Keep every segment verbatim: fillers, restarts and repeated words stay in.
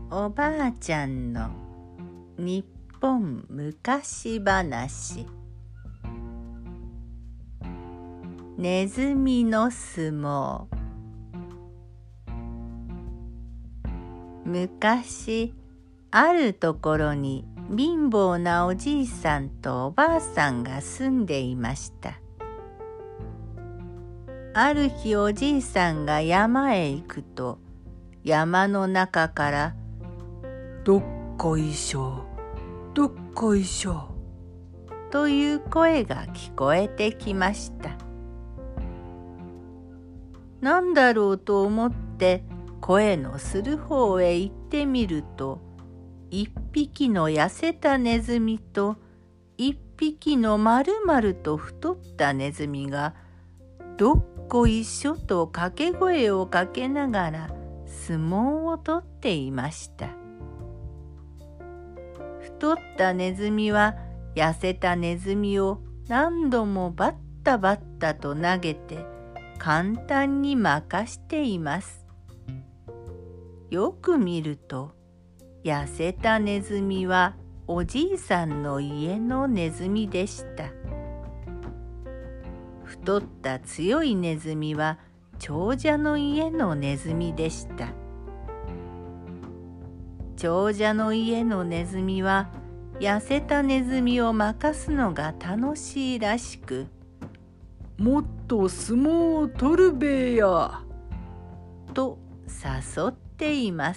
おばあちゃんの日本昔話。ネズミの相撲。昔あるところに貧乏なおじいさんとおばあさんが住んでいました。ある日おじいさんが山へ行くと、山の中からどっこいしょ、どっこいしょという声が聞こえてきました。なんだろうと思って声のする方へ行ってみると、一匹の痩せたネズミと一匹のまるまると太ったネズミがどっこいしょと掛け声をかけながら相撲をとっていました。太ったネズミは痩せたネズミを何度もバッタバッタと投げて簡単に負かしています。よく見ると、痩せたネズミはおじいさんの家のネズミでした。太った強いネズミは長者の家のネズミでした。長者の家のネズミは痩せたネズミを負かすのが楽しいらしく、 もっと相撲を取るべやと誘っています。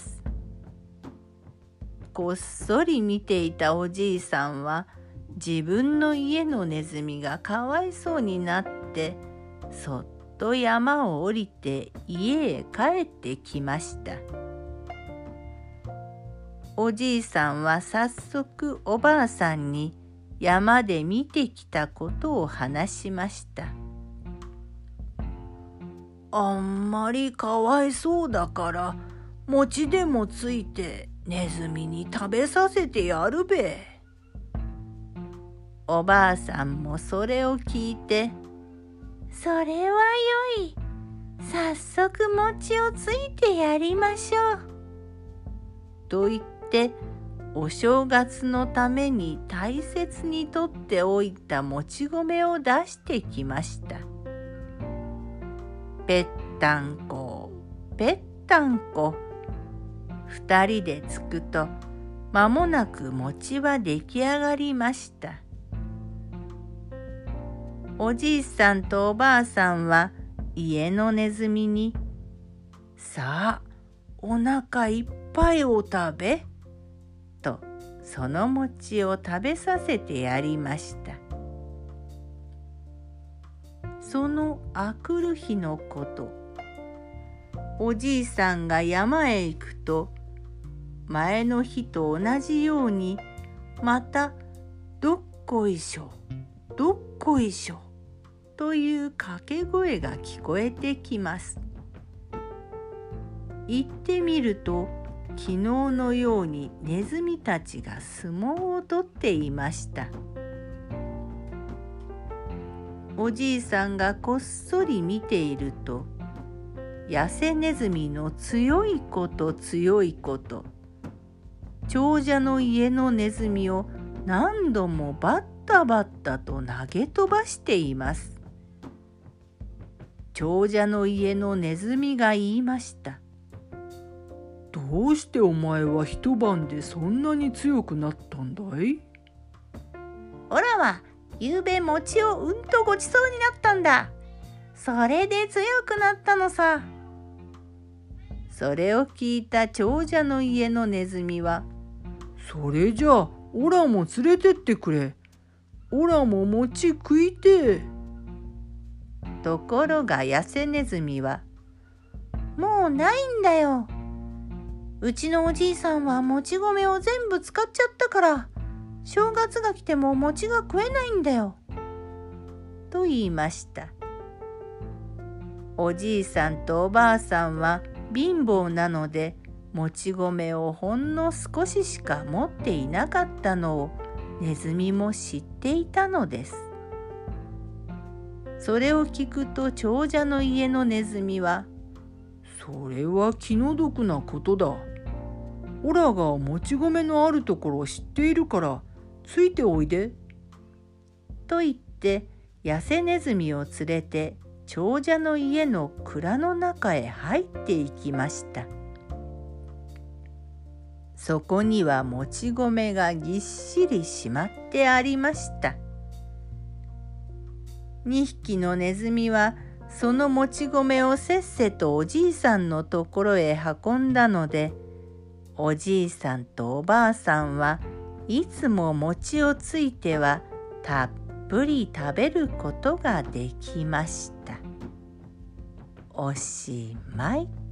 こっそり見ていたおじいさんは自分の家のネズミがかわいそうになってそっと山を降りて家へ帰ってきました。おじいさんは早速おばあさんに山で見てきたことを話しました。 あんまりかわいそうだから餅でもついてネズミに食べさせてやるべ。 おばあさんもそれを聞いて、それはよい。早速餅をついてやりましょう。と言ってお正月のために大切にとっておいたもち米を出してきました。ぺったんこぺったんこ。二人でつくと間もなく餅は出来上がりました。おじいさんとおばあさんは家のネズミに、さあおなかいっぱいお食べとその餅を食べさせてやりました。そのあくる日のこと、おじいさんが山へ行くと、前の日と同じようにまたどっこいしょどっこいしょという掛け声が聞こえてきます。行ってみると、昨日のようにネズミたちが相撲をとっていました。おじいさんがこっそり見ていると、痩せネズミの強いこと強いこと、長者の家のネズミを何度もバッタバッタと投げ飛ばしています。長者の家のネズミが言いました。 どうしてお前は一晩でそんなに強くなったんだい？ おらはゆうべ餅をうんとごちそうになったんだ。それで強くなったのさ。それを聞いた長者の家のネズミは、 それじゃあオラも連れてってくれ。オラも餅食いてえ。 ところが痩せネズミは、もうないんだよ。うちのおじいさんはもち米を全部使っちゃったから、正月が来ても餅が食えないんだよ。と言いました。おじいさんとおばあさんは貧乏なので、もち米をほんの少ししか持っていなかったのをネズミも知っていたのです。それを聞くと長者の家のネズミは、 それは気の毒なことだ。 オラがもち米のあるところを知っているからついておいで。 と言って痩せネズミを連れて長者の家の蔵の中へ入っていきました。そこにはもち米がぎっしりしまってありました。にひきのネズミはそのもち米をせっせとおじいさんのところへ運んだので、おじいさんとおばあさんはいつも餅をついてはたっぷり食べることができました。おしまい。